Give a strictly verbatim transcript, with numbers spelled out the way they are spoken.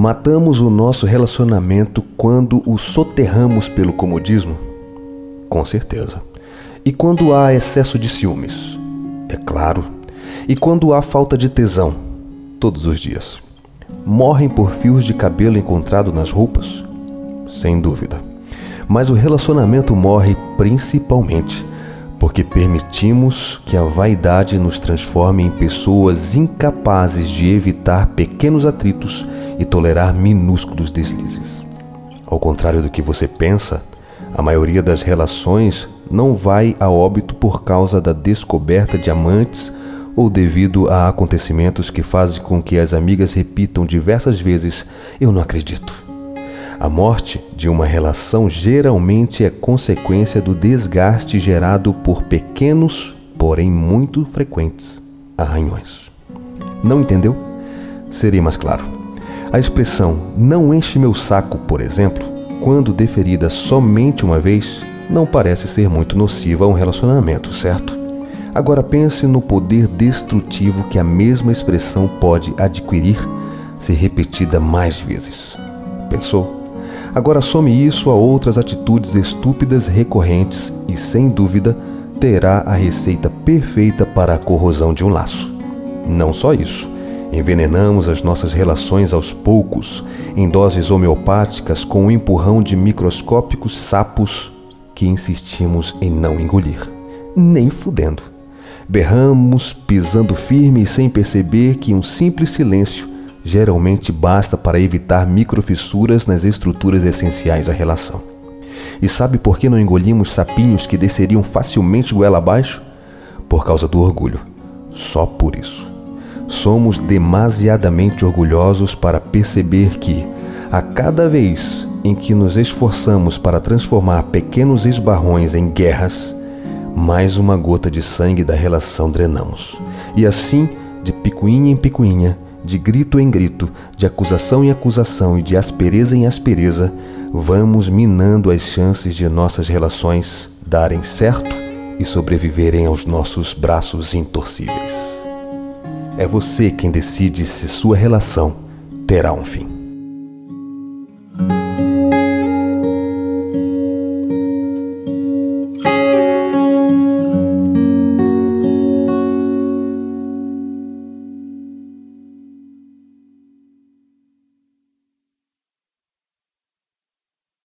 Matamos o nosso relacionamento quando o soterramos pelo comodismo? Com certeza. E quando há excesso de ciúmes? É claro. E quando há falta de tesão? Todos os dias. Morrem por fios de cabelo encontrado nas roupas? Sem dúvida. Mas o relacionamento morre principalmente porque permitimos que a vaidade nos transforme em pessoas incapazes de evitar pequenos atritos e tolerar minúsculos deslizes. Ao contrário do que você pensa, a maioria das relações não vai a óbito por causa da descoberta de amantes ou devido a acontecimentos que fazem com que as amigas repitam diversas vezes: "Eu não acredito". A morte de uma relação geralmente é consequência do desgaste gerado por pequenos, porém muito frequentes, arranhões. Não entendeu? Serei mais claro. A expressão "não enche meu saco", por exemplo, quando deferida somente uma vez, não parece ser muito nociva a um relacionamento, certo? Agora pense no poder destrutivo que a mesma expressão pode adquirir se repetida mais vezes. Pensou? Agora some isso a outras atitudes estúpidas recorrentes e, sem dúvida, terá a receita perfeita para a corrosão de um laço. Não só isso, envenenamos as nossas relações aos poucos, em doses homeopáticas com o empurrão de microscópicos sapos que insistimos em não engolir, nem fudendo. Berramos, pisando firme e sem perceber que um simples silêncio geralmente basta para evitar microfissuras nas estruturas essenciais da relação. E sabe por que não engolimos sapinhos que desceriam facilmente goela abaixo? Por causa do orgulho. Só por isso. Somos demasiadamente orgulhosos para perceber que, a cada vez em que nos esforçamos para transformar pequenos esbarrões em guerras, mais uma gota de sangue da relação drenamos. E assim, de picuinha em picuinha, de grito em grito, de acusação em acusação e de aspereza em aspereza, vamos minando as chances de nossas relações darem certo e sobreviverem aos nossos braços intorcíveis. É você quem decide se sua relação terá um fim.